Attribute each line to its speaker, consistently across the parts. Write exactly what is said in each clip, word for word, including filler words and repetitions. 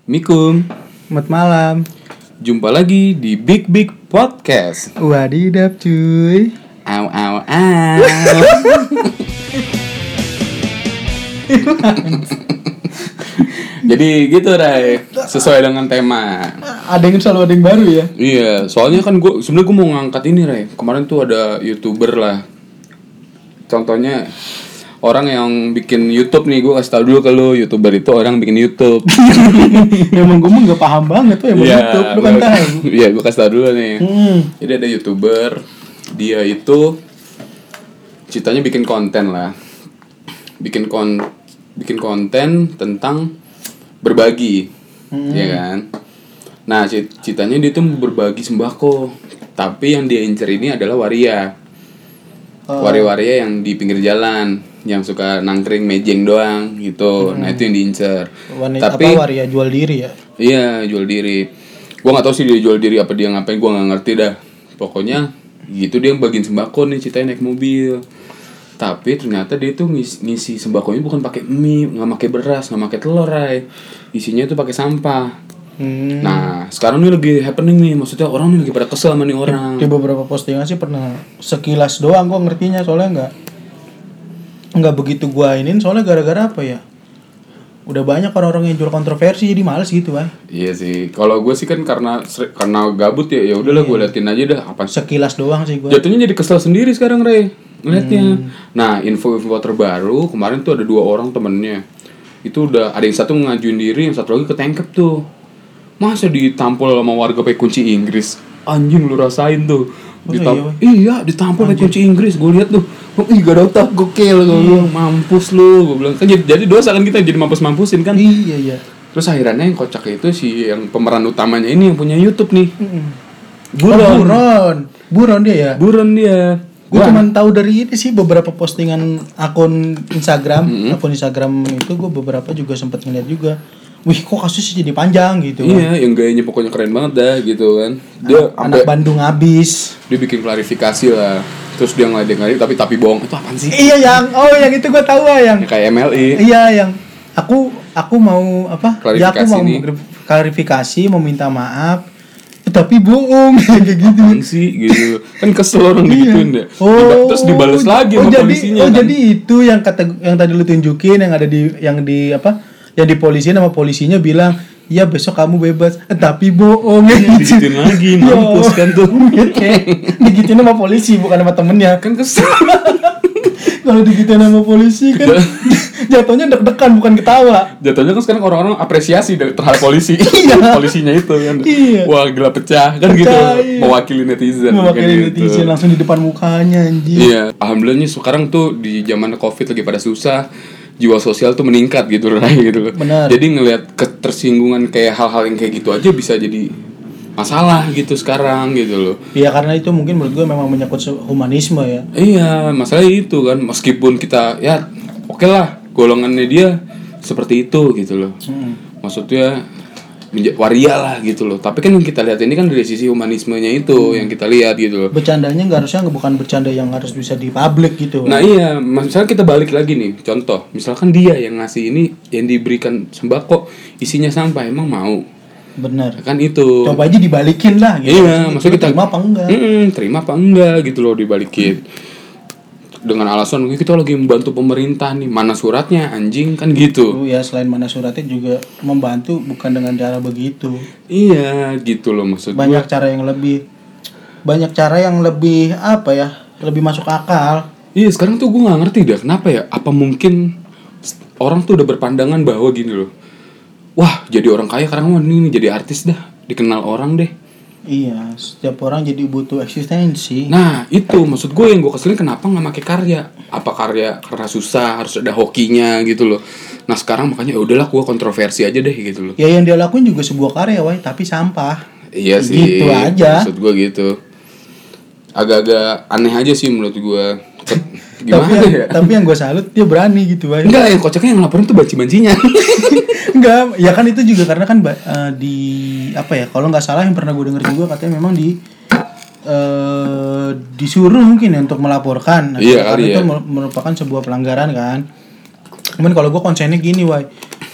Speaker 1: Assalamualaikum.
Speaker 2: Selamat malam.
Speaker 1: Jumpa lagi di Big Big Podcast.
Speaker 2: Wadidap cuy.
Speaker 1: Aw aw aw. Jadi gitu Ray, sesuai dengan tema.
Speaker 2: Ada yang selalu ada yang baru ya.
Speaker 1: Iya, soalnya kan gue sebenarnya gue mau ngangkat ini Ray. Kemarin tuh ada YouTuber lah. Contohnya orang yang bikin YouTube nih, gue kasih tau dulu ke lu, YouTuber itu orang bikin YouTube.
Speaker 2: Emang gue mah nggak paham banget tuh emang
Speaker 1: Ya,
Speaker 2: YouTube, lu kan tahu.
Speaker 1: Iya, gue kasih tau dulu nih.
Speaker 2: Hmm.
Speaker 1: Jadi ada YouTuber, dia itu ceritanya bikin konten lah, bikin kon, bikin konten tentang berbagi,
Speaker 2: Hmm.
Speaker 1: ya kan. Nah, ceritanya dia tuh berbagi sembako, tapi yang dia incer ini adalah waria.
Speaker 2: Oh.
Speaker 1: Waria-waria yang di pinggir jalan, yang suka nangkring mejeng doang gitu. Hmm. Nah itu yang diincer.
Speaker 2: Wanita
Speaker 1: Tapi
Speaker 2: apa waria jual diri ya?
Speaker 1: iya, jual diri. Gua nggak tahu sih dia jual diri apa dia ngapain, gua nggak ngerti dah. Pokoknya gitu dia bagiin sembako nih, ceritanya naik mobil. Tapi ternyata dia tuh ngisi, ngisi sembakonya bukan pakai mie, nggak pakai beras, nggak pakai telur, Ray. Isinya tuh pakai sampah.
Speaker 2: Hmm.
Speaker 1: Nah, sekarang nih lagi happening nih, maksudnya orang nih lagi pada kesel sama nih orang.
Speaker 2: Di beberapa postingan sih pernah sekilas doang gue ngertinya, soalnya nggak nggak begitu gue inin, soalnya gara-gara apa ya? Udah banyak orang-orang yang jual kontroversi, jadi males gitu, Bay.
Speaker 1: Iya sih. Kalau gue sih kan karena karena gabut ya, ya udahlah gue liatin aja dah apa.
Speaker 2: Sekilas doang sih gue.
Speaker 1: Jatuhnya jadi kesel sendiri sekarang, Ray. Ngeliatnya. Hmm. Nah, info-info terbaru kemarin tuh ada dua orang temennya. Itu udah ada yang satu ngajuin diri, yang satu lagi ketangkep tuh. Masa ditampol sama warga pakai kunci Inggris? Anjing lu rasain tuh. Ditamp- iya, iya, ditampol pakai kunci Inggris. Gue lihat tuh. Oh, ih gak ada otak, gokil. Gue bilang mampus lu. Gue bilang kan jadi, jadi dosa kan kita jadi mampus-mampusin kan.
Speaker 2: Iya, iya.
Speaker 1: Terus akhirnya yang kocak itu si yang pemeran utamanya ini yang punya YouTube nih.
Speaker 2: Mm-mm.
Speaker 1: Buron.
Speaker 2: Oh, buron. Buron dia ya?
Speaker 1: Buron dia.
Speaker 2: Gue cuma tahu dari ini sih beberapa postingan akun Instagram, mm-hmm. akun Instagram itu gue beberapa juga sempat ngeliat juga. Wih, kok kasusnya jadi panjang gitu.
Speaker 1: Iya, kan? Yang gayanya pokoknya keren banget dah gitu kan. Dia
Speaker 2: anak, anak Bandung habis.
Speaker 1: Dia bikin klarifikasi lah. Terus dia ngeledek-ngeledek tapi tapi bohong. Itu apaan sih?
Speaker 2: Iya yang, oh yang itu gue tahu lah yang.
Speaker 1: Ya, kayak M L I.
Speaker 2: Iya yang aku aku mau apa?
Speaker 1: Klarifikasi
Speaker 2: ya aku mau
Speaker 1: nih.
Speaker 2: klarifikasi, mau minta maaf. Tapi bohong kayak gitu.
Speaker 1: Apaan sih gitu. Kan kesel orang digituin deh.
Speaker 2: Oh,
Speaker 1: terus dibales lagi
Speaker 2: oh,
Speaker 1: sama
Speaker 2: jadi,
Speaker 1: polisinya.
Speaker 2: Oh,
Speaker 1: kan?
Speaker 2: jadi itu yang kata yang tadi lu tunjukin yang ada di yang di apa? Yang di polisi sama polisinya bilang, "Ya besok kamu bebas." Eh, tapi bohong ya.
Speaker 1: Digituin lagi, mampus kan tuh.
Speaker 2: Digituin sama polisi bukan sama temennya.
Speaker 1: Kan kesel.
Speaker 2: Kalau digituin sama polisi kan jatuhnya deg-degan bukan ketawa.
Speaker 1: Jatuhnya kan sekarang orang-orang apresiasi terhadap polisi.
Speaker 2: Iya.
Speaker 1: Polisinya itu kan.
Speaker 2: Iya.
Speaker 1: Wah, gila pecah kan gitu.
Speaker 2: Iya.
Speaker 1: Mewakili netizen.
Speaker 2: Mewakili
Speaker 1: kan gitu.
Speaker 2: netizen langsung di depan mukanya anjir.
Speaker 1: Iya, alhamdulillah nih sekarang tuh di zaman Covid lagi pada susah, jiwa sosial tuh meningkat gitu loh, gitu loh.
Speaker 2: Benar.
Speaker 1: Jadi ngelihat ketersinggungan kayak hal-hal yang kayak gitu aja bisa jadi masalah gitu sekarang gitu loh.
Speaker 2: Iya, karena itu mungkin menurut gue memang menyangkut humanisme ya.
Speaker 1: Iya, masalah itu kan meskipun kita ya oke okay lah golongannya dia seperti itu gitu loh. Hmm. Maksudnya menja- waria lah gitu loh. Tapi kan yang kita lihat ini kan dari sisi humanismenya itu hmm. yang kita lihat gitu loh.
Speaker 2: Bercandanya nggak harusnya bukan bercanda yang harus bisa di publik gitu.
Speaker 1: Nah iya, misalnya kita balik lagi nih, contoh, misalkan dia yang ngasih ini yang diberikan sembako isinya sampah, emang mau?
Speaker 2: Bener.
Speaker 1: Kan itu.
Speaker 2: Coba aja dibalikin lah gitu.
Speaker 1: Iya, maksudnya kita
Speaker 2: terima apa enggak?
Speaker 1: Mm-mm, terima apa enggak gitu loh dibalikin. Dengan alasan kita lagi membantu pemerintah nih, mana suratnya anjing kan gitu.
Speaker 2: Oh ya, selain mana suratnya juga membantu bukan dengan cara begitu.
Speaker 1: Iya, gitu loh maksud
Speaker 2: Banyak
Speaker 1: gue.
Speaker 2: cara yang lebih banyak cara yang lebih apa ya? Lebih masuk akal.
Speaker 1: Iya, sekarang tuh gue nggak ngerti dah kenapa ya? Apa mungkin orang tuh udah berpandangan bahwa gini loh. Wah, jadi orang kaya sekarang mah nih jadi artis dah, dikenal orang deh.
Speaker 2: Iya, setiap orang jadi butuh eksistensi.
Speaker 1: Nah, itu maksud gue yang gue keselin kenapa nggak pakai karya? Apa karya karena susah, harus ada hokinya gitu loh. Nah, sekarang makanya ya udahlah gue kontroversi aja deh gitu loh.
Speaker 2: Ya yang dia lakuin juga sebuah karya, wai, tapi sampah.
Speaker 1: Iya sih.
Speaker 2: Gitu aja.
Speaker 1: Maksud gue gitu. Agak-agak aneh aja sih menurut gue. Gimana
Speaker 2: tapi yang,
Speaker 1: ya?
Speaker 2: Tapi yang gue salut dia berani gitu, wai.
Speaker 1: Enggak, yang kocaknya yang laporin tuh banci-bancinya.
Speaker 2: Enggak, ya kan itu juga karena kan uh, di apa ya? Kalau nggak salah yang pernah gue denger juga katanya memang di uh, disuruh mungkin ya untuk melaporkan.
Speaker 1: Iya,
Speaker 2: karena
Speaker 1: kali
Speaker 2: itu
Speaker 1: ya.
Speaker 2: merupakan sebuah pelanggaran kan. Cuman kalau gue konsennya gini, wai.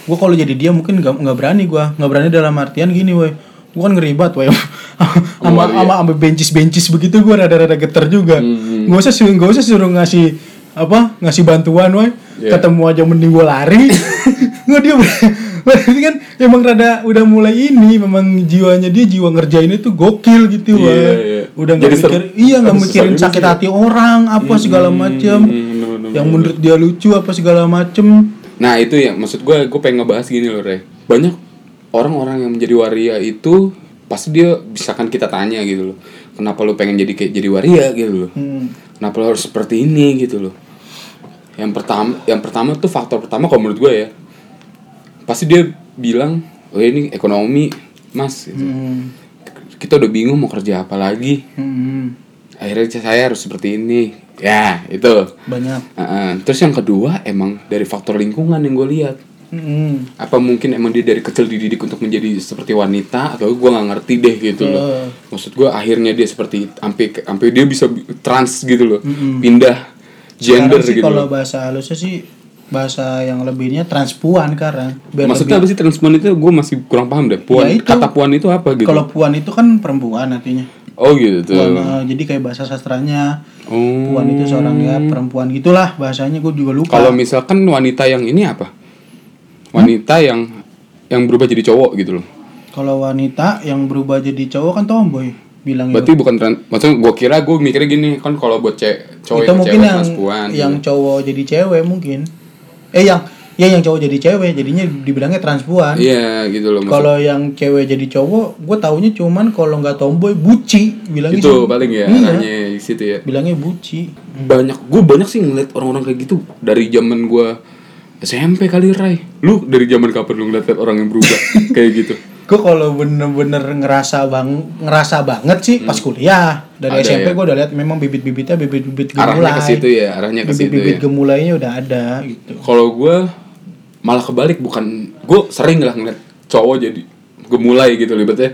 Speaker 2: Gue kalau jadi dia mungkin nggak nggak berani gue, nggak berani dalam artian gini, woi. Gue kan ngeribat, woi. Sama sama sama bencis-bencis begitu gue rada-rada geter juga.
Speaker 1: Hmm.
Speaker 2: Gak usah suruh, gak usah suruh ngasih apa ngasih bantuan, woi. Yeah. Ketemu aja mending gue lari. Gue dia berarti kan emang rada udah mulai ini, memang jiwanya dia jiwa ngerjain itu gokil gitu, woi. Yeah, yeah. Udah nggak mikir, ser- iya nggak mikirin sakit hati ya. Orang apa hmm, segala macem. Hmm, no, no, yang no, menurut no. dia lucu apa segala macem.
Speaker 1: Nah itu ya maksud gue, gue pengen ngebahas gini loh, Rey. Banyak orang-orang yang menjadi waria itu pasti dia misalkan kita tanya gitu loh, kenapa lu pengen jadi kayak jadi waria gitu loh, hmm. kenapa lu harus seperti ini gitu loh. Yang pertama, yang pertama tuh faktor pertama kalau menurut gue ya, pasti dia bilang, oh ini ekonomi mas, gitu. Hmm. Kita udah bingung mau kerja apa lagi, hmm. akhirnya saya harus seperti ini. Ya itu
Speaker 2: banyak.
Speaker 1: Uh-uh. Terus yang kedua emang dari faktor lingkungan yang gue lihat. Mm-hmm. Apa mungkin emang dia dari kecil dididik untuk menjadi seperti wanita, atau gue nggak ngerti deh gitu uh. loh. Maksud gue akhirnya dia seperti sampai sampai dia bisa trans gitu loh, mm-hmm. pindah gender
Speaker 2: sih,
Speaker 1: gitu.
Speaker 2: Kalau bahasa halusnya sih bahasa yang lebihnya transpuan sekarang.
Speaker 1: Maksudnya lebih... apa sih transpuan itu? Gue masih kurang paham deh. Puan, ya itu, kata puan itu apa gitu?
Speaker 2: Kalau puan itu kan perempuan artinya.
Speaker 1: Oh gitu.
Speaker 2: Puan, uh, jadi kayak bahasa sastranya. Oh. Puan itu seorang ya perempuan gitulah bahasanya, gue juga lupa.
Speaker 1: Kalau misalkan wanita yang ini apa? Wanita hmm? yang yang berubah jadi cowok gitu loh.
Speaker 2: Kalau wanita yang berubah jadi cowok kan tomboy bilangnya.
Speaker 1: Berarti bukan trans, maksudnya gue kira gue mikirnya gini kan, kalau buat ce- cowok
Speaker 2: itu
Speaker 1: yang
Speaker 2: mungkin
Speaker 1: cewek
Speaker 2: yang,
Speaker 1: transpuan.
Speaker 2: Yang
Speaker 1: gitu.
Speaker 2: Cowok jadi cewek mungkin. Eh yang ya yang cowok jadi cewek jadinya dibilangnya transpuan.
Speaker 1: Iya gitu loh.
Speaker 2: Kalau yang cewek jadi cowok, gue taunya cuman kalau nggak tomboy buci bilangnya.
Speaker 1: Itu sih, paling ya arahnya di situ ya.
Speaker 2: Bilangnya buci.
Speaker 1: Banyak, gue banyak sih ngeliat orang-orang kayak gitu dari zaman gue S M P kali, Ray. Lu dari zaman kapan lu ngeliat orang yang berubah kayak gitu?
Speaker 2: Gue kalau bener-bener ngerasa bang ngerasa banget sih hmm. pas kuliah. Dari ada, S M P ya? Gue udah lihat memang bibit-bibitnya bibit-bibit gemulai.
Speaker 1: Arahnya ke situ ya, arahnya ke situ ya.
Speaker 2: Bibit-bibit gemulainya udah ada gitu.
Speaker 1: Kalau gue malah kebalik, bukan, gue sering lah ngeliat cowok jadi gemulai gitu loh, ibaratnya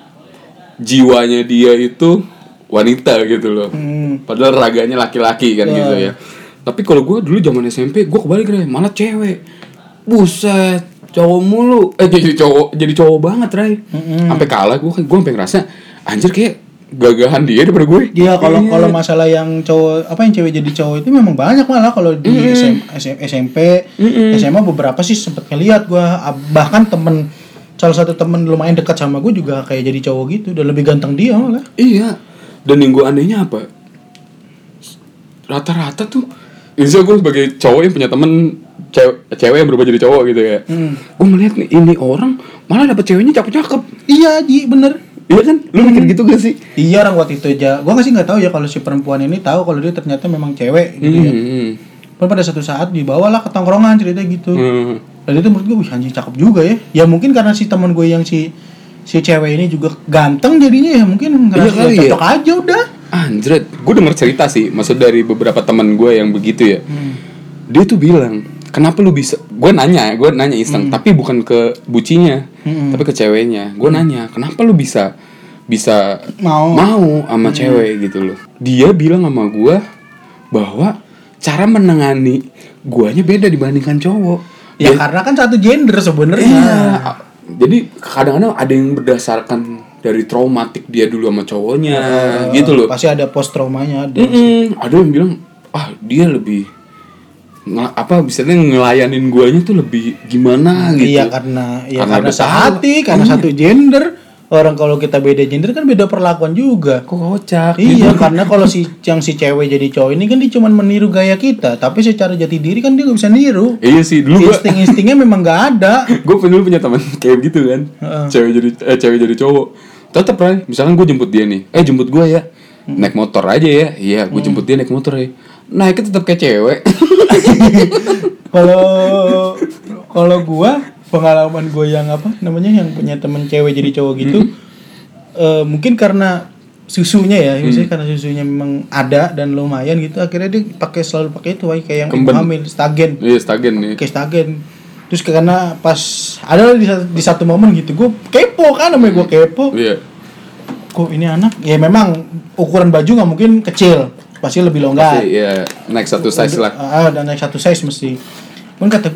Speaker 1: jiwanya dia itu wanita gitu loh, hmm. padahal raganya laki-laki kan yeah. gitu ya. Tapi kalau gue dulu zaman S M P gue kebalik Ray, malah cewek, buset cowok mulu, eh jadi cowok jadi cowok banget Ray, mm-hmm. sampai kalah gue, gue sampai ngerasa anjir kayak gagahan dia daripada gue.
Speaker 2: Iya kalau yeah. kalau masalah yang cowok apa yang cewek jadi cowok itu memang banyak malah kalau di mm. S M, S M P, mm-hmm. S M A beberapa sih sempet ngeliat gue, bahkan temen salah satu temen lumayan dekat sama gue juga kayak jadi cowok gitu, udah lebih ganteng dia malah.
Speaker 1: Iya. Dan yang gue anehnya apa? Rata-rata tuh, misalnya gue sebagai cowok yang punya temen cewek, cewek yang berubah jadi cowok gitu ya, mm. gue melihat nih ini orang malah dapet ceweknya cakep-cakep.
Speaker 2: Iya Ji, bener.
Speaker 1: Iya kan? Lu hmm. mikir gitu gak sih?
Speaker 2: Iya, orang waktu itu aja. Gua nggak sih nggak tahu ya kalau si perempuan ini tahu kalau dia ternyata memang cewek gitu hmm. ya. Hmm. Pada satu saat dibawalah ke tongkrongan cerita gitu. Hmm. Dan itu menurut gue wih anjing cakep juga ya. Ya mungkin karena si teman gue yang si si cewek ini juga ganteng jadinya ya mungkin ngerasa iya, cocok ya. Aja udah.
Speaker 1: Anjret, gue denger cerita sih, maksud dari beberapa teman gue yang begitu ya. Hmm. Dia tuh bilang, kenapa lu bisa? Gue nanya, gue nanya iseng, hmm. tapi bukan ke bucinya, hmm. tapi ke ceweknya. Gue hmm. nanya, kenapa lu bisa bisa
Speaker 2: mau
Speaker 1: mau sama hmm. cewek gitu loh? Dia bilang sama gue bahwa cara menangani guanya beda dibandingkan cowok.
Speaker 2: Ya, ya karena kan satu gender sebenarnya.
Speaker 1: Iya. Jadi kadang-kadang ada yang berdasarkan dari traumatik dia dulu sama cowoknya, uh, gitu loh.
Speaker 2: Pasti ada post traumanya ada.
Speaker 1: Ada yang bilang, ah dia lebih Nge- apa misalnya ngelayanin guanya tuh lebih gimana hmm, gitu.
Speaker 2: Iya karena ya karena, karena sehati, karena hmm. satu gender. Orang kalau kita beda gender kan beda perlakuan juga.
Speaker 1: Kok kocak.
Speaker 2: Iya gitu. Karena kalau si yang si cewek jadi cowok ini kan dia cuma meniru gaya kita, tapi secara jati diri kan dia enggak bisa niru.
Speaker 1: Iya sih, dulu
Speaker 2: insting-instingnya memang enggak ada.
Speaker 1: Gue dulu punya teman kayak gitu kan. Uh. Cewek jadi eh cewek jadi cowok. Tetep lah, misalkan gue jemput dia nih. Eh jemput gue ya. Hmm. Naik motor aja ya. Iya, gue hmm. jemput dia naik motor ya. Naiknya tetap kayak cewek.
Speaker 2: Kalau kalau gua pengalaman gua yang apa namanya yang punya temen cewek jadi cowok gitu, mm-hmm. uh, mungkin karena susunya ya, misalnya mm. karena susunya memang ada dan lumayan gitu, akhirnya dia pakai selalu pakai itu kayak yang ibu hamil, stagen.
Speaker 1: Iya, stagen nih.
Speaker 2: Kayak stagen. Terus karena pas ada di, di satu momen gitu, gua kepo kan namanya gua kepo. Iya. Yeah. Kok ini anak? Ya memang ukuran baju nggak mungkin kecil. Pasti lebih longgar.
Speaker 1: Pasti ya naik satu size lah.
Speaker 2: Ah, dan naik satu size mesti. Kan kata gue,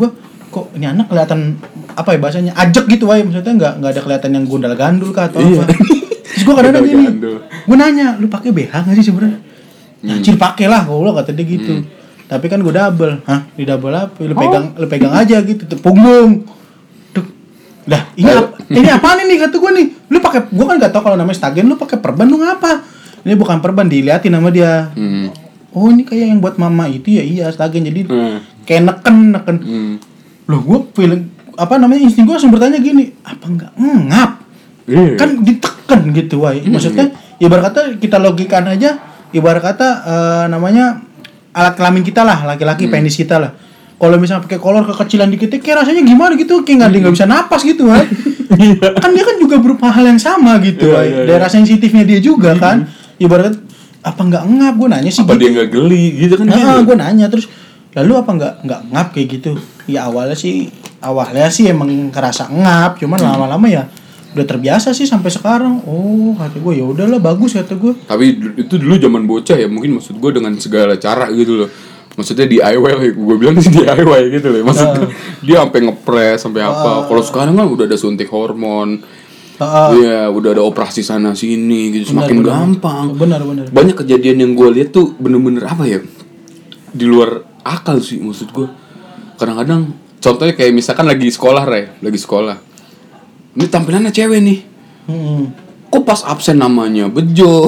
Speaker 2: kok ini anak kelihatan apa ya bahasanya ajek gitu wae, maksudnya nggak nggak ada kelihatan yang gundal gandul kah atau
Speaker 1: Iya.
Speaker 2: apa. Terus gue kadang-kadang gini,
Speaker 1: Gandul.
Speaker 2: gue nanya, lu pakai B H nggak sih sebenarnya?
Speaker 1: Hmm.
Speaker 2: Anjir pakai lah, kalau kata dia gitu.
Speaker 1: Hmm.
Speaker 2: Tapi kan gue double, hah? Di double apa? Lu pegang, lu pegang aja gitu, tuh punggung. Duh, dah ini
Speaker 1: Ayo.
Speaker 2: ap- ini apaan ini kata gue nih? Lu pakai, gue kan nggak tahu kalau namanya stagen, lu pakai perban lu ngapa? Ini bukan perban, diliatin sama dia.
Speaker 1: Hmm.
Speaker 2: Oh ini kayak yang buat mama itu ya, iya stagen jadi
Speaker 1: Hmm.
Speaker 2: kayak neken neken.
Speaker 1: Hmm.
Speaker 2: Loh gue feeling apa namanya insting gue langsung bertanya gini, apa enggak ngap?
Speaker 1: Iya.
Speaker 2: Kan diteken gitu wae. Maksudnya ibarat kata kita logikan aja, ibarat kata eh, namanya alat kelamin kita lah, laki-laki
Speaker 1: Hmm.
Speaker 2: penis kita lah. Kalau misalnya pakai kolor kekecilan dikit kayak rasanya gimana gitu, kayak nggak nggak bisa napas gitu wae. Kan dia kan juga berupa hal yang sama gitu
Speaker 1: Iya,
Speaker 2: wae.
Speaker 1: iya, iya.
Speaker 2: Daerah sensitifnya dia juga kan. Ibarat apa enggak ngap, gue nanya sih
Speaker 1: Apa
Speaker 2: gitu.
Speaker 1: dia nggak geli gitu kan?
Speaker 2: Nah,
Speaker 1: gitu.
Speaker 2: gue nanya terus, lalu apa nggak nggak ngap kayak gitu? Ya awalnya sih, awalnya sih emang kerasa ngap, cuman lama-lama ya udah terbiasa sih sampai sekarang. Oh kata gue ya udahlah bagus kata gue.
Speaker 1: Tapi d- itu dulu zaman bocah ya, mungkin maksud gue dengan segala cara gitu loh. Maksudnya D I Y, gue bilang sih D I Y gitu loh. Maksudnya dia sampai ngepres sampai apa. Kalau sekarang kan udah ada suntik hormon. Iya, udah ada operasi sana sini gitu, semakin
Speaker 2: benar.
Speaker 1: gampang.
Speaker 2: Benar benar.
Speaker 1: Banyak kejadian yang gue lihat tuh bener-bener apa ya? Di luar akal sih maksud gue. Kadang-kadang contohnya kayak misalkan lagi sekolah, Ray, lagi sekolah. Ini tampilannya cewek nih.
Speaker 2: Hmm.
Speaker 1: Kok pas absen namanya Bejo?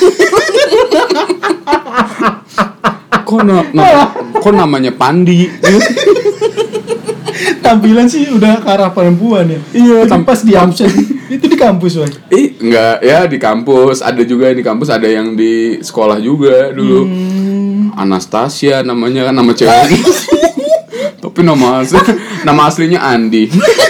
Speaker 1: kok, na- na- kok namanya Pandi?
Speaker 2: Tampilan sih udah ke arah perempuan ya.
Speaker 1: Iya,
Speaker 2: Tapi
Speaker 1: tam-
Speaker 2: pas di absen itu di kampus woy.
Speaker 1: Eh, enggak ya di kampus, ada juga di kampus, ada yang di sekolah juga dulu.
Speaker 2: Hmm.
Speaker 1: Anastasia namanya kan, nama cewek. Tapi nama asli, nama aslinya Andi.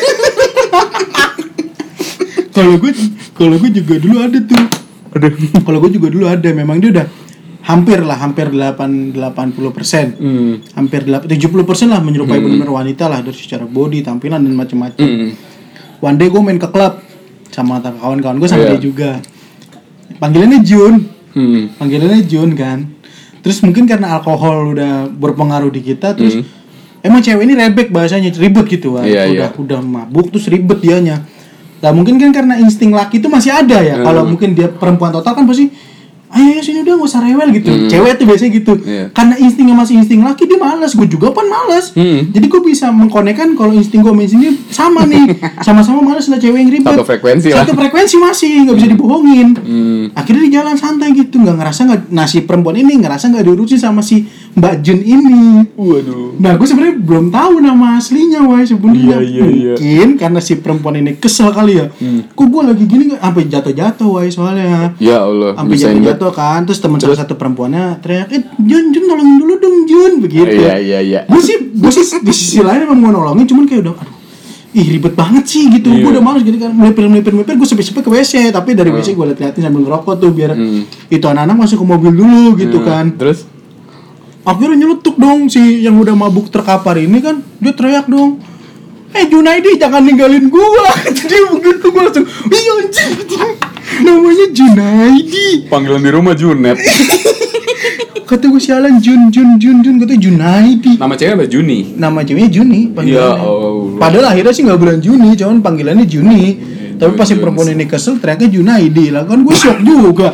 Speaker 2: Kalau gue kalau gue juga dulu ada tuh.
Speaker 1: Aduh.
Speaker 2: Kalau gue juga dulu ada, memang dia udah hampir lah, hampir delapan puluh persen.
Speaker 1: Hmm.
Speaker 2: Hampir tujuh puluh persen lah menyerupai benar-benar wanita lah dari secara body, tampilan dan macam-macam.
Speaker 1: Hmm.
Speaker 2: One day gue main ke klub sama kawan-kawan gue sama
Speaker 1: Iya.
Speaker 2: dia juga. Panggilannya Jun.
Speaker 1: Hmm.
Speaker 2: Panggilannya Jun kan. Terus mungkin karena alkohol udah berpengaruh di kita, terus emang cewek ini rebek bahasanya, ribet gitu kan.
Speaker 1: Iya,
Speaker 2: udah
Speaker 1: iya.
Speaker 2: udah mabuk terus ribet dianya. Nah mungkin kan karena insting laki itu masih ada ya.
Speaker 1: Hmm.
Speaker 2: Kalau mungkin dia perempuan total kan pasti ayo ayo sini udah gak usah rewel gitu. Cewek tuh biasanya gitu.
Speaker 1: Iya.
Speaker 2: Karena instingnya masih insting laki dia malas. Gue juga kan malas.
Speaker 1: Hmm.
Speaker 2: Jadi gue bisa mengkonekkan kalau insting gue sama insting dia sama nih. Sama-sama malas lah cewek yang ribet.
Speaker 1: Satu frekuensi lah.
Speaker 2: Satu frekuensi masih nggak bisa dibohongin.
Speaker 1: Hmm.
Speaker 2: Akhirnya di jalan santai gitu, nggak ngerasa nggak nasi perempuan ini ngerasa nggak diurusin sama si Mbak Jun ini.
Speaker 1: Waduh.
Speaker 2: Nah, gue sebenarnya belum tahu nama aslinya, wah sebenarnya.
Speaker 1: Iya, iya, iya.
Speaker 2: Mungkin karena si perempuan ini kesel kali ya.
Speaker 1: Hmm.
Speaker 2: Kok gue lagi gini nggak sampai jatuh-jatuh, wah soalnya.
Speaker 1: Ya Allah.
Speaker 2: Sampai
Speaker 1: Misain banget.
Speaker 2: jatuh-jatuh kan, terus teman salah satu perempuannya teriak, eh Jun Jun tolongin dulu dong Jun, begitu.
Speaker 1: Iya iya iya.
Speaker 2: Gue sih, gue sih di sisi lain emang mau nolongin, cuman kayak udah, aduh, ih ribet banget sih gitu.
Speaker 1: Iya.
Speaker 2: Gue udah males gitu kan, melipir melipir melipir, gue sepet-sepet ke W C, tapi dari W C gue liat-liatin sambil ngerokok tuh biar
Speaker 1: Hmm.
Speaker 2: itu anak-anak masuk ke mobil dulu gitu
Speaker 1: Hmm.
Speaker 2: kan.
Speaker 1: Terus?
Speaker 2: Akhirnya nyeletuk dong si yang udah mabuk terkapar ini kan, dia teriak dong, eh Junaidi jangan ninggalin gua. Jadi mungkin tuh gua langsung, iya anjing, namanya Junaidi.
Speaker 1: Panggilan di rumah Junet.
Speaker 2: Kata gue sialan Jun Jun Jun Jun, kata Junaidi.
Speaker 1: Nama cewek apa Juni?
Speaker 2: Nama ceweknya Juni panggilannya.
Speaker 1: Ya Allah.
Speaker 2: Padahal akhirnya sih nggak bulan Juni, cuman panggilannya Juni. Tapi pas si
Speaker 1: Jun.
Speaker 2: perempuan ini kesel teriaknya Junaidi lah, kan gue shock juga.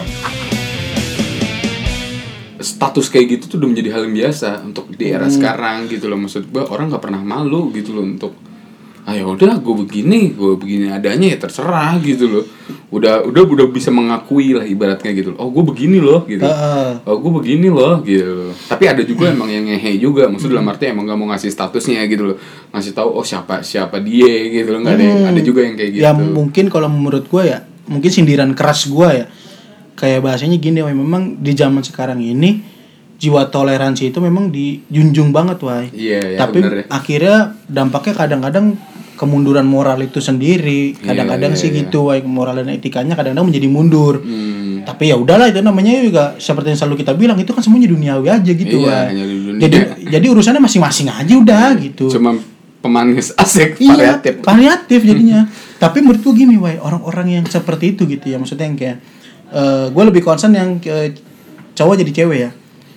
Speaker 1: Status kayak gitu tuh udah menjadi hal yang biasa untuk di era sekarang gitu loh. Maksud gue orang nggak pernah malu gitu loh untuk ayo udah gue begini gue begini adanya ya terserah gitu loh. Udah udah udah bisa mengakui lah ibaratnya gitu loh. Oh gue begini loh gitu.
Speaker 2: Heeh.
Speaker 1: Oh gue begini loh gitu loh. Tapi ada juga emang yang ngehe juga. Maksud dalam arti emang gak mau ngasih statusnya gitu loh. Ngasih tahu oh siapa siapa dia gitu loh. Nggak ada
Speaker 2: Hmm.
Speaker 1: ada juga yang kayak gitu.
Speaker 2: Ya mungkin kalau menurut gue ya, mungkin sindiran keras gue ya. Kayak bahasanya gini, wah memang di zaman sekarang ini jiwa toleransi itu memang dijunjung banget, wah.
Speaker 1: Iya, ya,
Speaker 2: Tapi
Speaker 1: bener ya.
Speaker 2: akhirnya dampaknya kadang-kadang kemunduran moral itu sendiri. Kadang-kadang
Speaker 1: Iya,
Speaker 2: sih
Speaker 1: iya,
Speaker 2: gitu, wah moral dan etikanya kadang-kadang menjadi mundur.
Speaker 1: Hmm.
Speaker 2: Tapi ya udahlah itu namanya juga seperti yang selalu kita bilang itu kan semuanya duniawi aja gitu,
Speaker 1: Iya,
Speaker 2: wah.
Speaker 1: hanya di dunia.
Speaker 2: Jadi jadi urusannya masing-masing aja udah gitu.
Speaker 1: Cuma pemanis asik
Speaker 2: Iya,
Speaker 1: variatif.
Speaker 2: variatif jadinya. Tapi menurut gue gini, wah orang-orang yang seperti itu gitu ya, maksudnya yang kayak, uh, gue lebih concern yang ke cowok jadi cewek ya.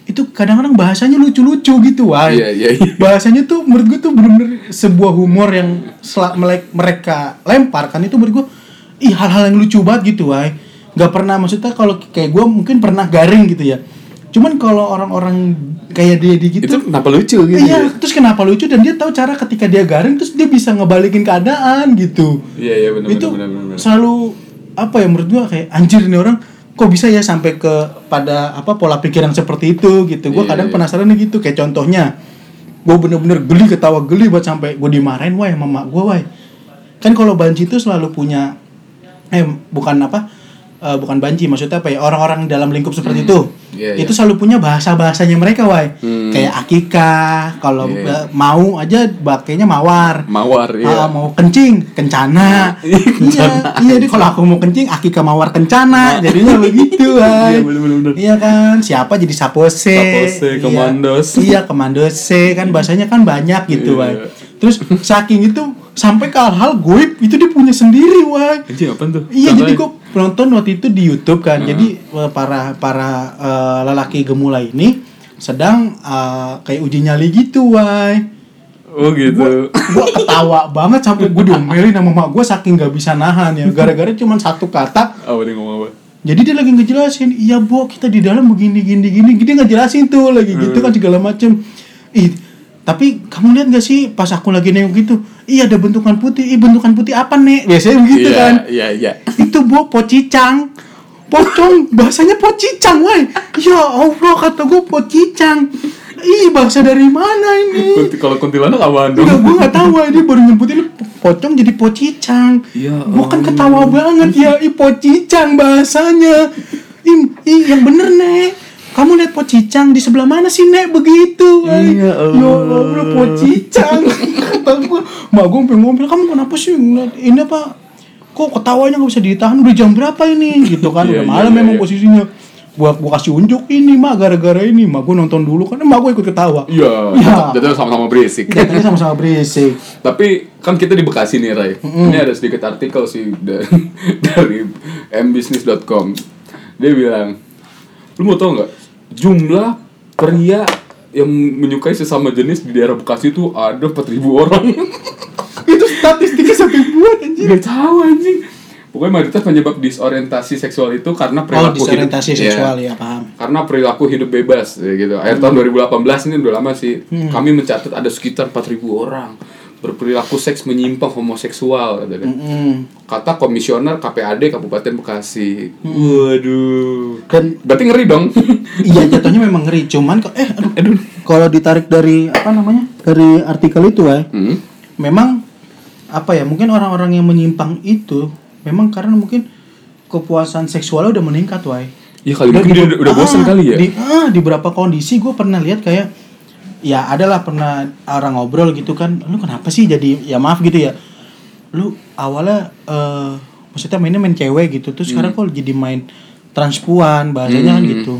Speaker 2: itu kadang-kadang bahasanya lucu-lucu gitu, wah.
Speaker 1: Iya, iya, iya.
Speaker 2: Bahasanya tuh menurut gue tuh bener-bener sebuah humor yang sel- mereka lemparkan itu menurut gue, ih hal-hal yang lucu banget gitu, wah. Gak pernah, maksudnya kalau kayak gue mungkin pernah garing gitu ya. Cuman kalau orang-orang kayak dia di gitu,
Speaker 1: itu kenapa lucu gitu?
Speaker 2: Iya,
Speaker 1: ya?
Speaker 2: terus kenapa lucu dan dia tahu cara ketika dia garing terus dia bisa ngebalikin keadaan gitu.
Speaker 1: Iya, iya benar
Speaker 2: Itu
Speaker 1: benar benar.
Speaker 2: selalu apa ya menurut gue kayak anjir nih orang kok bisa ya sampai ke pada apa pola pikir yang seperti itu gitu. Gue
Speaker 1: yeah,
Speaker 2: kadang
Speaker 1: yeah.
Speaker 2: penasaran gitu, kayak contohnya gue bener-bener geli, ketawa geli buat sampai gue dimarahin wah sama mak gue wah. Kan kalau banci itu selalu punya eh bukan apa uh, bukan banci, maksudnya apa ya, orang-orang dalam lingkup seperti hmm. itu yeah, itu yeah. selalu punya bahasa-bahasanya mereka wah. Hmm. Kayak akikah, kalau yeah. mau aja pakainya mawar.
Speaker 1: Mawar iya.
Speaker 2: Uh, mau kencing, kencana. Iya, iya deh kalau aku mau kencing akikah mawar kencana. Jadinya begitu, wah. Iya benar-benar. Iya kan, siapa jadi sapose.
Speaker 1: Sapose, komandos.
Speaker 2: Iya, iya komandose kan bahasanya kan banyak gitu, wah. Yeah. Terus saking itu sampai ke hal-hal goib itu dia punya sendiri, wah.
Speaker 1: Anjing apaan tuh?
Speaker 2: Iya, jadi gue nonton waktu itu di YouTube kan. Uh-huh. Jadi para para uh, lelaki gemula ini sedang uh, kayak uji nyali gitu, wah.
Speaker 1: Oh gitu.
Speaker 2: Gue ketawa banget sampai gue diomelin sama mak gue saking gak bisa nahan ya. Gara-gara cuma satu kata.
Speaker 1: Apa dia ngomong apa?
Speaker 2: Jadi dia lagi ngejelasin, iya Bo kita di dalam begini gini gini. Dia ngejelasin tuh lagi gitu kan segala macem. Ih, tapi kamu lihat gak sih pas aku lagi nengok gitu, iya ada bentukan putih. Ih bentukan putih apa nek? Biasanya begitu
Speaker 1: yeah,
Speaker 2: kan.
Speaker 1: Iya iya.
Speaker 2: Itu Bo pocicang. Pocong bahasanya pocicang, woi. Ya Allah kata gue pocicang. Ih bahasa dari mana ini?
Speaker 1: Kunti, kalau kuntilanak apaan dong?
Speaker 2: Enggak, gue nggak tahu. Dia baru nyebutin pocong jadi pocicang.
Speaker 1: Ya,
Speaker 2: gue kan ketawa banget ya. Ih pocicang bahasanya. Ih, ih yang bener nek. Kamu lihat pocicang di sebelah mana sih nek begitu?
Speaker 1: Iya Allah.
Speaker 2: Ya Allah pocicang. Kata gue, mak gue ngomong kamu kenapa sih ngeliat ini apa? Kok ketawanya nggak bisa ditahan? Udah jam berapa ini? Gitu kan? Udah malam memang yeah, posisinya. Gua gua kasih unjuk ini mak gara-gara ini mak gue nonton dulu kan mak gue ikut ketawa.
Speaker 1: Iya. Yeah, jatuhnya sama-sama berisik.
Speaker 2: Jatuhnya sama-sama berisik.
Speaker 1: Tapi kan kita di Bekasi nih Ray. Mm-hmm. Ini ada sedikit artikel sih dari dari m business dot com. Dia bilang, lu mau tau nggak jumlah pria yang menyukai sesama jenis di daerah Bekasi itu ada empat ribu orang.
Speaker 2: Itu statistiknya sampai buat anjing.
Speaker 1: Gak tahu anjing. Pokoknya mayoritas penyebab disorientasi seksual itu karena perilaku
Speaker 2: oh, disorientasi
Speaker 1: hidup,
Speaker 2: seksual
Speaker 1: ya,
Speaker 2: ya paham.
Speaker 1: Karena perilaku hidup bebas ya, gitu. Akhir hmm. tahun dua ribu delapan belas ini udah lama sih. Hmm. Kami mencatat ada sekitar empat ribu orang berperilaku seks menyimpang homoseksual katanya. Hmm. Kata komisioner K P A D Kabupaten Bekasi. Hmm. Waduh.
Speaker 2: Dan
Speaker 1: berarti ngeri dong.
Speaker 2: Iya, jatuhnya memang ngeri. Cuman eh aduh, aduh. Kalau ditarik dari apa namanya? Dari artikel itu ya. Hmm. Memang apa ya? Mungkin orang-orang yang menyimpang itu memang karena mungkin kepuasan seksualnya udah meningkat, wah.
Speaker 1: Iya kali mungkin dia udah, udah bosan
Speaker 2: ah,
Speaker 1: kali ya.
Speaker 2: Di, ah, di beberapa kondisi gue pernah lihat kayak ya adalah pernah orang ngobrol gitu kan, lu kenapa sih jadi ya maaf gitu ya. Lu awalnya uh, maksudnya mainnya main cewek gitu, terus hmm. sekarang kok jadi main transpuan bahasanya hmm. kan gitu.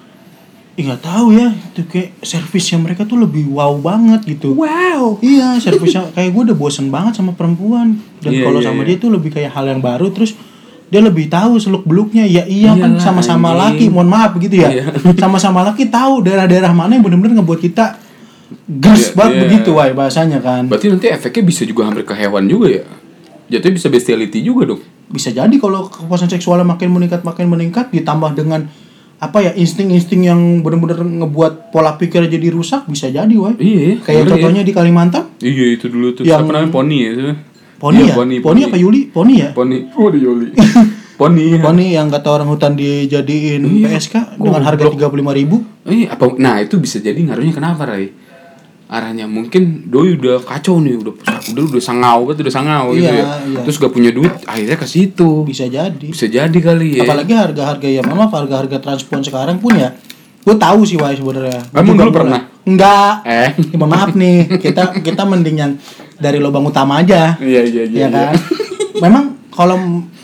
Speaker 2: Ih nggak tahu ya, itu kayak servisnya mereka tuh lebih wow banget gitu.
Speaker 1: Wow.
Speaker 2: Iya, servisnya kayak gue udah bosen banget sama perempuan. Dan yeah, kalau yeah, sama yeah. dia tuh lebih kayak hal yang baru, terus dia lebih tahu seluk beluknya. Ya iya Iyalah, kan sama-sama anjing. Laki, mohon maaf begitu ya. Yeah. Sama-sama laki tahu daerah-daerah mana yang benar-benar ngebuat kita gers yeah, banget yeah. begitu, wah bahasanya kan.
Speaker 1: Berarti nanti efeknya bisa juga hampir ke hewan juga ya. Jatuhnya bisa bestiality juga dong.
Speaker 2: Bisa jadi kalau kepuasan seksualnya makin meningkat makin meningkat ditambah dengan apa ya insting-insting yang benar-benar ngebuat pola pikir jadi rusak bisa jadi, wah.
Speaker 1: Iya.
Speaker 2: Kayak contohnya ya. Di Kalimantan.
Speaker 1: Iya itu dulu tuh.
Speaker 2: Yang
Speaker 1: apa namanya Poni ya?
Speaker 2: Poni ya? Poni,
Speaker 1: Poni
Speaker 2: apa Yuli? Poni ya?
Speaker 1: Poni. Oh di Yuli. Poni. Ya.
Speaker 2: Poni yang kata orang hutan dijadiin iya. P S K dengan harga tiga puluh lima ribu.
Speaker 1: Iya, apa nah itu bisa jadi ngaruhnya kenapa, Ray? Arahnya mungkin doi udah kacau nih, udah udah udah sangau banget, udah sangau
Speaker 2: iya,
Speaker 1: gitu ya.
Speaker 2: Iya.
Speaker 1: Terus gak punya duit, akhirnya ke situ.
Speaker 2: Bisa jadi.
Speaker 1: Bisa jadi kali ya.
Speaker 2: Apalagi harga-harga ya, maaf harga-harga transport sekarang pun ya. Gue tahu sih, wah sebenarnya.
Speaker 1: Kamu dulu pernah?
Speaker 2: Enggak.
Speaker 1: Eh.
Speaker 2: Ya, maaf nih, kita kita mending yang dari lubang utama aja.
Speaker 1: Iya iya iya.
Speaker 2: Ya kan. Iya. Memang kalau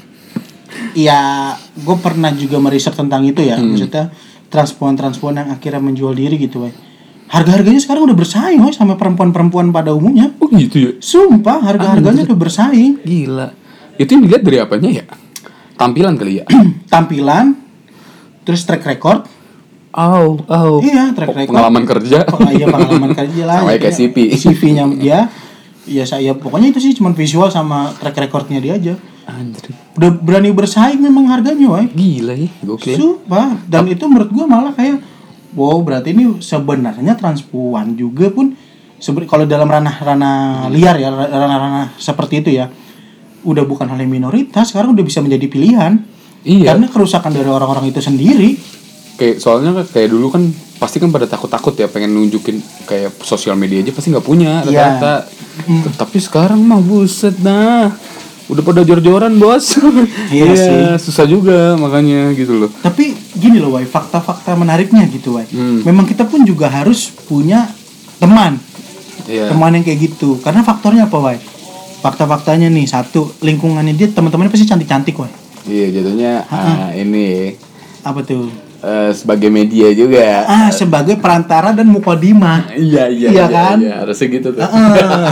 Speaker 2: ya gue pernah juga meriset tentang itu ya, hmm. maksudnya transpon-transpon yang akhirnya menjual diri gitu, wah. Harga-harganya sekarang udah bersaing, woy, sama perempuan-perempuan pada umumnya.
Speaker 1: Oh gitu ya?
Speaker 2: Sumpah, harga-harganya udah bersaing.
Speaker 1: Gila. Itu yang dilihat dari apanya ya? Tampilan kali ya?
Speaker 2: Tampilan, terus track record, Oh, oh. Iya, track record.
Speaker 1: Pengalaman kerja.
Speaker 2: Oh, iya, pengalaman kerja lah.
Speaker 1: Sama kayak C V.
Speaker 2: C V-nya dia. Ya saya pokoknya itu sih cuman visual sama track recordnya dia aja.
Speaker 1: Anjir.
Speaker 2: Udah berani bersaing memang harganya, woy.
Speaker 1: Gila ya, gokil.
Speaker 2: Sumpah. Dan Ap- itu menurut gua malah kayak wow, berarti ini sebenarnya transpuan juga pun sebenarnya kalau dalam ranah-ranah liar ya, ranah-ranah seperti itu ya. Udah bukan hal yang minoritas, sekarang udah bisa menjadi pilihan. Iya. Karena kerusakan dari orang-orang itu sendiri.
Speaker 1: Kayak soalnya kayak dulu kan pasti kan pada takut-takut ya pengen nunjukin kayak sosial media aja pasti nggak punya rata-rata. Hmm. Tapi sekarang mah buset nah udah pada jor-joran bos. Iya sih. Susah juga makanya gitu loh.
Speaker 2: Tapi gini loh, Wai, fakta-fakta menariknya gitu, Wai. Hmm. Memang kita pun juga harus punya teman. Yeah. Teman yang kayak gitu. Karena faktornya apa, Wai? Fakta-faktanya nih, satu, lingkungannya dia teman-temannya pasti cantik-cantik, Wai.
Speaker 1: Iya, jatuhnya ah, ini
Speaker 2: apa tuh?
Speaker 1: Uh, sebagai media juga.
Speaker 2: Ah, sebagai perantara dan mukodimah.
Speaker 1: Iya, iya,
Speaker 2: iya kan?
Speaker 1: Iya, harusnya gitu tuh.
Speaker 2: Uh-uh.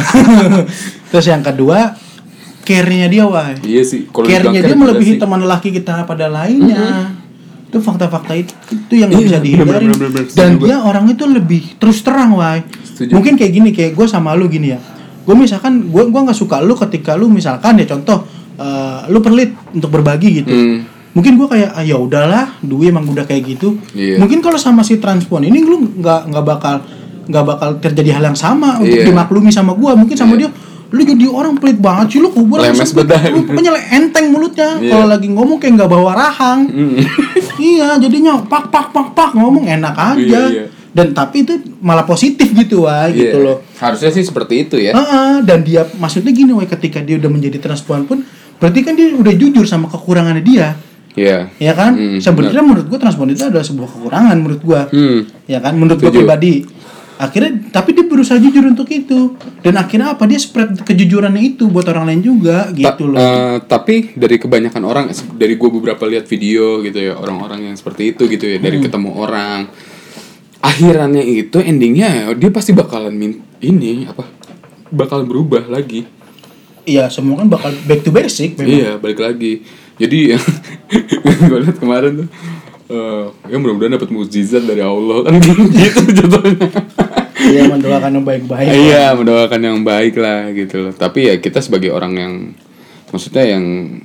Speaker 2: Terus yang kedua, care-nya dia, Wai.
Speaker 1: Iya sih.
Speaker 2: Care-nya dia melebihi teman lelaki kita pada lainnya. Mm-hmm. Itu fakta-fakta itu, itu yang nggak iya, bisa dihindarin. Dan dia orang itu lebih terus terang, Wai. Setuju. Mungkin kayak gini, kayak gue sama lu gini ya. Gue misalkan, gue gue nggak suka lu ketika lu misalkan ya contoh, uh, lu pelit untuk berbagi gitu. Mm. Mungkin gue kayak ah, ya udahlah, Dwi emang udah kayak gitu. Yeah. Mungkin kalau sama si transpon ini lu nggak nggak bakal nggak bakal terjadi hal yang sama untuk yeah. dimaklumi sama gue. Mungkin sama yeah. dia, lu jadi orang pelit banget sih lu, gue
Speaker 1: lemes bedah.
Speaker 2: Pokoknya enteng mulutnya. Yeah. Kalau lagi ngomong kayak nggak bawa rahang. Mm. Iya, jadinya pak pak pak pak ngomong enak aja. Yeah, yeah. Dan tapi itu malah positif gitu, Wah, yeah. gitu loh.
Speaker 1: Harusnya sih seperti itu ya.
Speaker 2: Uh-uh, dan dia maksudnya gini, Wah, ketika dia udah menjadi transpon pun, berarti kan dia udah jujur sama kekurangannya dia.
Speaker 1: Iya.
Speaker 2: Yeah. Ya kan? Mm, sebenarnya menurut gua transpon itu adalah sebuah kekurangan menurut gua. Mm. Ya kan? Menurut gua pribadi. Akhirnya tapi dia berusaha jujur untuk itu. Dan akhirnya apa? Dia spread kejujurannya itu buat orang lain juga gitu Ta- loh.
Speaker 1: Uh, tapi dari kebanyakan orang, dari gua beberapa lihat video gitu ya, orang-orang yang seperti itu gitu ya, dari mm. ketemu orang, akhirannya itu endingnya dia pasti bakalan min- ini apa? Bakal berubah lagi.
Speaker 2: Iya, semua kan bakal back to basic memang.
Speaker 1: Iya, balik lagi. Jadi gue lihat kemarin tuh uh, ya mudah-mudahan dapat mukjizat dari Allah kan gitu jatuhnya.
Speaker 2: Iya, mendoakan yang baik-baik.
Speaker 1: Iya, mendoakan yang baik lah gitu loh. Tapi ya kita sebagai orang yang maksudnya yang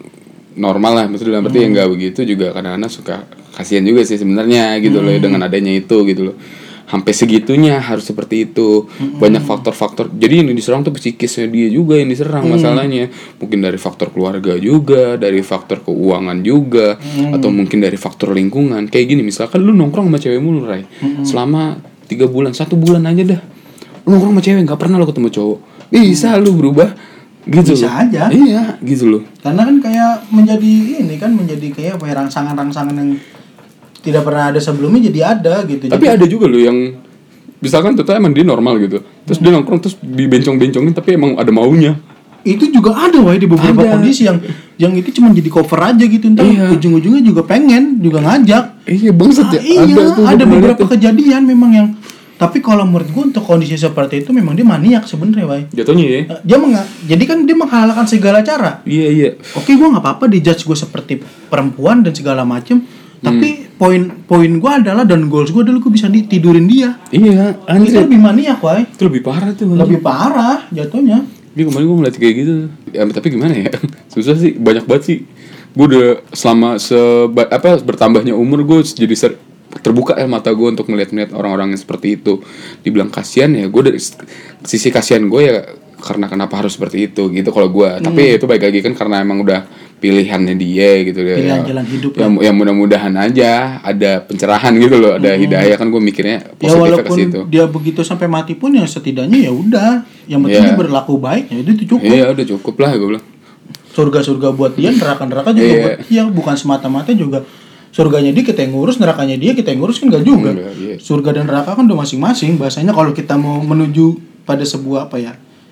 Speaker 1: normal lah, maksudnya dalam arti hmm. yang enggak begitu juga kadang-kadang suka kasihan juga sih sebenarnya gitu hmm. loh dengan adanya itu gitu loh. Sampai segitunya harus seperti itu. Mm-hmm. Banyak faktor-faktor. Jadi yang diserang tuh psikisnya dia juga yang diserang mm. masalahnya. Mungkin dari faktor keluarga juga, dari faktor keuangan juga, mm. atau mungkin dari faktor lingkungan. Kayak gini misalkan lu nongkrong sama cewek mulu, Ray. Mm-hmm. Selama tiga bulan, satu bulan aja dah. Lu nongkrong sama cewek enggak pernah lu ketemu cowok. Bisa mm. lu berubah gitu.
Speaker 2: Bisa loh. Aja.
Speaker 1: Iya, gitu loh.
Speaker 2: Karena kan kayak menjadi ini kan menjadi kayak apa ya, rangsangan-rangsangan yang tidak pernah ada sebelumnya jadi ada gitu.
Speaker 1: Tapi jadi, ada juga loh yang misalkan ternyata emang dia normal gitu. Terus hmm. dia nongkrong terus dibencong-bencongin tapi emang ada maunya.
Speaker 2: Itu juga ada, Wah, di beberapa ada. Kondisi yang yang itu cuma jadi cover aja gitu, entar iya. ujung-ujungnya juga pengen, juga ngajak.
Speaker 1: Iya, bangsat ya.
Speaker 2: Ah, iya, ada, tuh, ada beberapa itu. Kejadian memang yang tapi kalau menurut gue untuk kondisi seperti itu memang dia maniak sebenarnya, Wai.
Speaker 1: Jatuhnya ya.
Speaker 2: Dia menga- jadi kan dia menghalalkan segala cara.
Speaker 1: Iya, iya.
Speaker 2: Oke, gue enggak apa-apa dijudge gue seperti perempuan dan segala macem. Tapi hmm. poin-poin gue adalah dan goals gue adalah gue bisa tidurin dia.
Speaker 1: Iya, anjir.
Speaker 2: Itu lebih maniak, Wai.
Speaker 1: Itu lebih parah tuh.
Speaker 2: Lebih parah jatuhnya.
Speaker 1: Jadi kemarin gue ngeliat kayak gitu. Ya, tapi gimana ya? Susah sih, banyak banget sih. Gue udah selama seba, apa bertambahnya umur gue jadi ser, terbuka ya mata gue untuk ngeliat-ngeliat orang-orang yang seperti itu. Dibilang kasihan ya, gue dari sisi kasihan gue ya karena kenapa harus seperti itu gitu kalau gue. Hmm. Tapi itu baik lagi kan karena emang udah pilihannya dia gitu ya.
Speaker 2: Pilihan jalan hidup
Speaker 1: ya. Yang, yang mudah-mudahan aja ada pencerahan gitu loh, ada hmm. hidayah kan gue mikirnya positif
Speaker 2: ya, walaupun
Speaker 1: ke situ.
Speaker 2: Dia begitu sampai mati pun ya setidaknya ya udah, yang penting yeah. dia berlaku baik ya itu cukup.
Speaker 1: Iya, yeah, udah cukup lah gue bilang.
Speaker 2: Surga-surga buat dia, neraka-neraka juga yeah. buat dia, bukan semata-mata juga surganya dia kita yang ngurus, nerakanya dia kita yang ngurus kan enggak juga. Enggak, yeah. Surga dan neraka kan udah masing-masing. Bahasanya kalau kita mau menuju pada sebuah apa ya?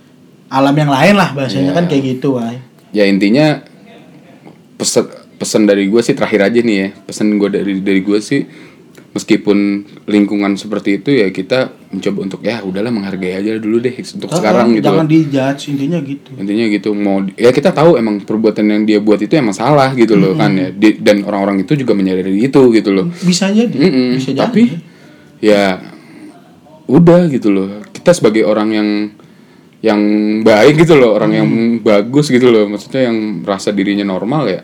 Speaker 2: Alam yang lain lah bahasanya yeah. kan kayak gitu, Wai.
Speaker 1: Ya intinya pesan pesan dari gue sih terakhir aja nih ya, pesan gue dari dari gue sih meskipun lingkungan seperti itu ya kita mencoba untuk ya udahlah menghargai aja dulu deh untuk
Speaker 2: Ah,
Speaker 1: sekarang gitu.
Speaker 2: Jangan dijudge, intinya gitu.
Speaker 1: Intinya gitu, mau ya kita tahu emang perbuatan yang dia buat itu emang salah gitu loh kan ya. Di- dan orang-orang itu juga menyadari itu gitu loh.
Speaker 2: Bisa jadi,
Speaker 1: Mm-mm,
Speaker 2: bisa jadi.
Speaker 1: tapi ya udah gitu loh. Kita sebagai orang yang yang baik gitu loh, orang yang bagus gitu loh. Maksudnya yang merasa dirinya normal ya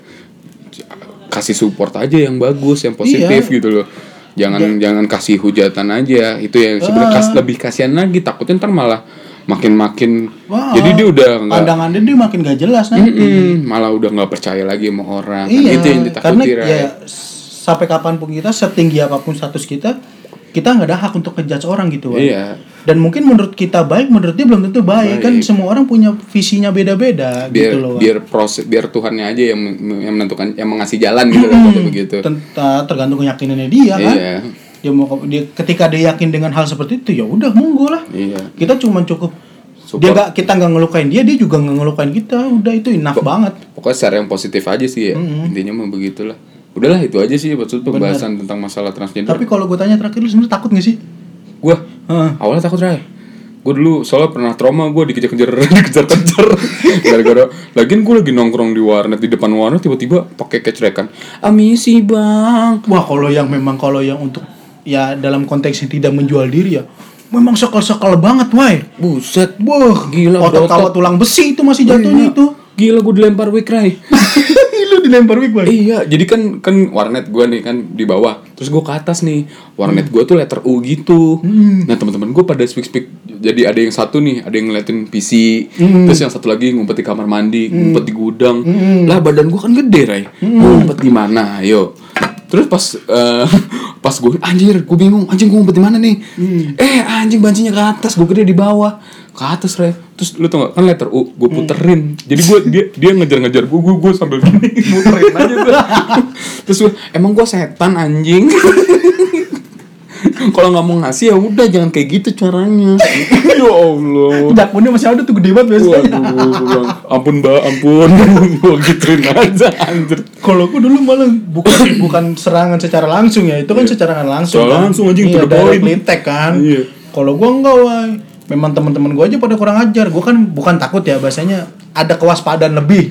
Speaker 1: kasih support aja yang bagus, yang positif
Speaker 2: Iya.
Speaker 1: gitu loh. Jangan jangan kasih hujatan aja. Itu yang sebenarnya kas, lebih kasihan lagi, takutnya ntar malah makin-makin
Speaker 2: Wah,
Speaker 1: jadi dia udah nggak
Speaker 2: pandangannya dia makin gak jelas nanti.
Speaker 1: Mm-mm, malah udah nggak percaya lagi sama orang. Kan
Speaker 2: Iya,
Speaker 1: itu yang
Speaker 2: karena
Speaker 1: ditakuti Ray.
Speaker 2: ya sampai kapanpun kita, setinggi apapun status kita, kita nggak ada hak untuk ngejudge orang gitu, Wan.
Speaker 1: Iya.
Speaker 2: Dan mungkin menurut kita baik, menurut dia belum tentu baik.
Speaker 1: Baik.
Speaker 2: Kan semua orang punya visinya beda-beda
Speaker 1: biar
Speaker 2: gitu loh, Wan.
Speaker 1: biar proses biar Tuhannya aja yang yang menentukan, yang mengasih jalan gitu kan kata begitu.
Speaker 2: Tentang tergantung keyakinannya dia kan.
Speaker 1: Iya.
Speaker 2: Dia mau dia ketika dia yakin dengan hal seperti itu ya udah monggo lah.
Speaker 1: Iya.
Speaker 2: Kita cuma cukup
Speaker 1: Support.
Speaker 2: dia nggak kita nggak ngelukain dia, dia juga nggak ngelukain kita. Udah itu enough banget.
Speaker 1: Pokoknya secara yang positif aja sih ya. Intinya mah begitulah. Udahlah itu aja sih maksud pembahasan tentang masalah transgender.
Speaker 2: Tapi kalau gue tanya terakhir, lu sebenarnya takut gak sih?
Speaker 1: Gua
Speaker 2: Heeh.
Speaker 1: awalnya takut Ray. Gue dulu soalnya pernah trauma, gue dikejar-kejar dikejar-kejar gara-gara lagian gue lagi nongkrong di warnet, di depan warnet tiba-tiba pakai kecrekan amisi bang.
Speaker 2: Wah, kalau yang memang kalau yang untuk ya dalam konteks yang tidak menjual diri ya, memang sekal-sekal banget, why?
Speaker 1: Buset,
Speaker 2: Wah,
Speaker 1: gila,
Speaker 2: otot
Speaker 1: berotot.
Speaker 2: kawat tulang besi itu masih jatuhnya
Speaker 1: Iya.
Speaker 2: itu.
Speaker 1: Gila gue dilempar wig Ray.
Speaker 2: Lu dilempar wig, why?
Speaker 1: Iya, jadi kan kan warnet gue nih kan di bawah, terus gue ke atas nih. Warnet gue tuh letter U gitu. Nah teman-teman gue pada speak speak. Jadi ada yang satu nih, ada yang ngeliatin P C, terus yang satu lagi ngumpet di kamar mandi, ngumpet di gudang. Lah badan gue kan gede, Ray. Ngumpet di mana? Ayo. Terus pas eh, pas gue anjir, gue bingung, anjing gue ngumpet di mana nih? Eh anjing bancinya ke atas, gue gede di bawah. Ke atas, Ray. Terus lu tau gak, kan letter U, gue puterin. Jadi gue dia dia ngejar-ngejar gue, gue gue sambil gini muterin aja gue. Terus gue, emang gue setan anjing. Kalau nggak mau ngasih ya udah, jangan kayak gitu caranya. Ya Allah.
Speaker 2: Dakunnya masih ada tuh, gede banget biasanya.
Speaker 1: Waduh, gua bilang, ampun mbak, ampun. Gue gituin aja anjir.
Speaker 2: Kalau aku dulu malah bukan bukan serangan secara langsung ya, itu kan secara nggak langsung.
Speaker 1: Secara
Speaker 2: kan.
Speaker 1: langsung, anjing,
Speaker 2: iya,
Speaker 1: to the
Speaker 2: direct
Speaker 1: point.
Speaker 2: attack kan.
Speaker 1: Iya.
Speaker 2: Kalau gua enggak, wah. Memang teman-teman gua aja pada kurang ajar. Gua kan bukan takut ya, bahasanya ada kewaspadaan lebih.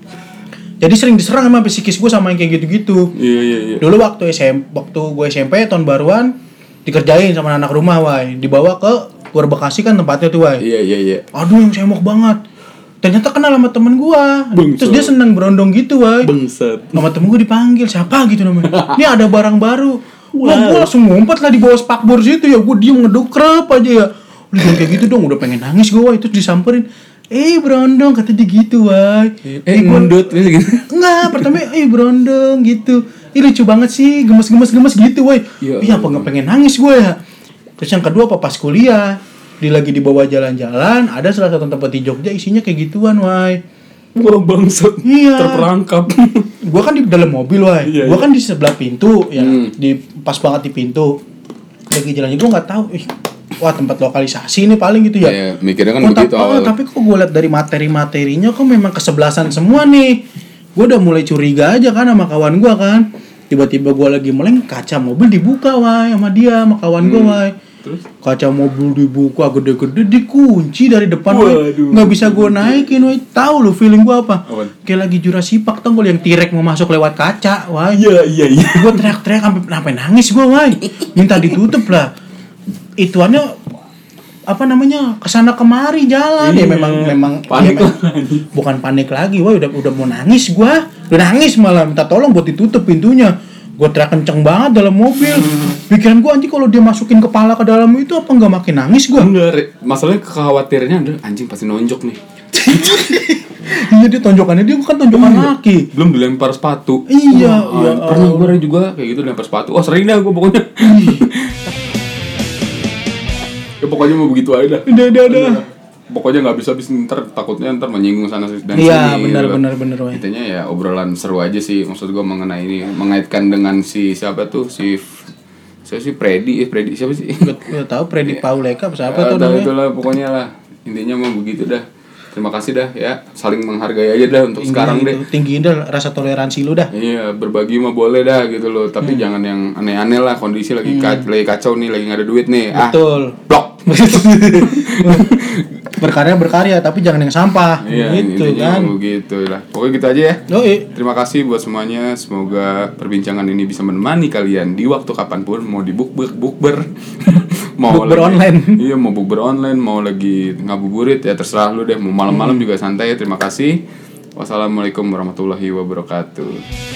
Speaker 2: Jadi sering diserang sama psikis gua sama yang kayak gitu-gitu.
Speaker 1: Iya iya iya.
Speaker 2: Dulu waktu S M P, waktu gue S M P tahun baruan dikerjain sama anak rumah, wai. Dibawa ke Gor Bekasi kan tempatnya tuh, wai.
Speaker 1: Iya iya iya.
Speaker 2: Aduh, yang semok banget. Ternyata kenal sama temen gua.
Speaker 1: Bangsat.
Speaker 2: Terus dia seneng berondong gitu, wai.
Speaker 1: Bangsat.
Speaker 2: Sama temen gua dipanggil, siapa gitu namanya. Ini ada barang baru. Wah, gua langsung ngumpet lah di bawah spakbor situ ya. Gua diem ngedukrep aja ya. Udah jangan kayak gitu dong, udah pengen nangis gua, wai. Terus disamperin. Eh, berondong, kata dia gitu, wai.
Speaker 1: Eh
Speaker 2: gua-
Speaker 1: ngundut gitu.
Speaker 2: Enggak, pertama eh berondong gitu. Ih lucu banget sih, gemes-gemes-gemes gitu, woi.
Speaker 1: Ya
Speaker 2: Iya, apa nggak pengen nangis gue ya? Terus yang kedua apa pas kuliah, dia lagi dibawa jalan-jalan, ada salah satu tempat di Jogja isinya kayak gituan, woi.
Speaker 1: Wah bangsat.
Speaker 2: Iya.
Speaker 1: Terperangkap.
Speaker 2: Gua kan di dalam mobil, woi.
Speaker 1: Iya,
Speaker 2: Gua
Speaker 1: iya.
Speaker 2: kan di sebelah pintu, ya,
Speaker 1: Hmm.
Speaker 2: di pas banget di pintu. Lagi jalannya gua nggak tahu, ih, wah tempat lokalisasi ini paling gitu ya.
Speaker 1: Iya, mikirnya kan
Speaker 2: Oh,
Speaker 1: begitu
Speaker 2: tapi,
Speaker 1: awal.
Speaker 2: tapi kok gue liat dari materi-materinya kok memang kesebelasan semua nih. Gue udah mulai curiga aja kan sama kawan gue kan. Tiba-tiba gue lagi meleng, kaca mobil dibuka, wai, sama dia, sama kawan gue, wai.
Speaker 1: Terus?
Speaker 2: Kaca mobil dibuka gede-gede, dikunci dari depan, wai.
Speaker 1: Waduh.
Speaker 2: Nggak bisa gue naikin, wai. Tahu lu feeling gue apa?
Speaker 1: Apaan?
Speaker 2: Kayak lagi Jurassic Park, tau gue yang T-Rex mau masuk lewat kaca, wai.
Speaker 1: Iya iya iya.
Speaker 2: Gue teriak-teriak sampai sampai nangis gue, wai. Minta ditutup lah. Ituannya apa namanya, kesana kemari jalan ya,
Speaker 1: Iya.
Speaker 2: memang memang
Speaker 1: Panik
Speaker 2: ya,
Speaker 1: lah.
Speaker 2: bukan panik lagi, wah udah udah mau nangis gua, udah nangis malah minta tolong buat ditutup pintunya. Gua teriak kenceng banget dalam mobil. Pikiran gua anjing kalau dia masukin kepala ke dalam itu apa nggak makin nangis gua?
Speaker 1: Enggak, Re. Masalahnya kekhawatirannya ada anjing pasti nonjok nih.
Speaker 2: Iya, dia tonjokannya dia bukan tonjokan laki.
Speaker 1: Belum dilempar sepatu.
Speaker 2: Iya,
Speaker 1: Wah,
Speaker 2: iya,
Speaker 1: pernah gue juga kayak gitu dilempar sepatu. Oh sering dah gue pokoknya. Ya pokoknya mau begitu aja dah.
Speaker 2: Udah udah udah.
Speaker 1: Pokoknya nggak bisa habis ntar takutnya ntar menyinggung sana dan
Speaker 2: Iya,
Speaker 1: sini.
Speaker 2: benar
Speaker 1: gitu.
Speaker 2: benar benar, wah.
Speaker 1: Intinya ya obrolan seru aja sih, maksud gue mengenai ini, mengaitkan dengan si siapa tuh si siapa sih Freddy, eh Freddy siapa sih?
Speaker 2: Gak tahu Predik Pauleka apa siapa
Speaker 1: Ah,
Speaker 2: tuh
Speaker 1: tahu
Speaker 2: namanya.
Speaker 1: itulah pokoknya lah. Intinya mau begitu dah. terima kasih dah ya, saling menghargai aja dah untuk
Speaker 2: Tinggi
Speaker 1: sekarang
Speaker 2: itu,
Speaker 1: deh.
Speaker 2: tinggiin dah rasa toleransi lu dah.
Speaker 1: Iya, berbagi mah boleh dah gitu loh, tapi jangan yang aneh-aneh lah, kondisi lagi kac- lagi kacau nih, lagi nggak ada duit nih.
Speaker 2: Betul.
Speaker 1: Ah, blok.
Speaker 2: Berkarya berkarya tapi jangan yang sampah.
Speaker 1: Iya,
Speaker 2: gitu
Speaker 1: intinya
Speaker 2: kan.
Speaker 1: begitu lah. Pokoknya gitu aja ya.
Speaker 2: Yoi.
Speaker 1: Terima kasih buat semuanya. Semoga perbincangan ini bisa menemani kalian di waktu kapanpun, mau di bukber, bukber, mau
Speaker 2: Bukber
Speaker 1: lagi-
Speaker 2: online.
Speaker 1: Iya, mau bukber online, mau lagi ngabuburit ya terserah lu deh. Mau malam-malam juga santai. Terima kasih. Wassalamualaikum warahmatullahi wabarakatuh.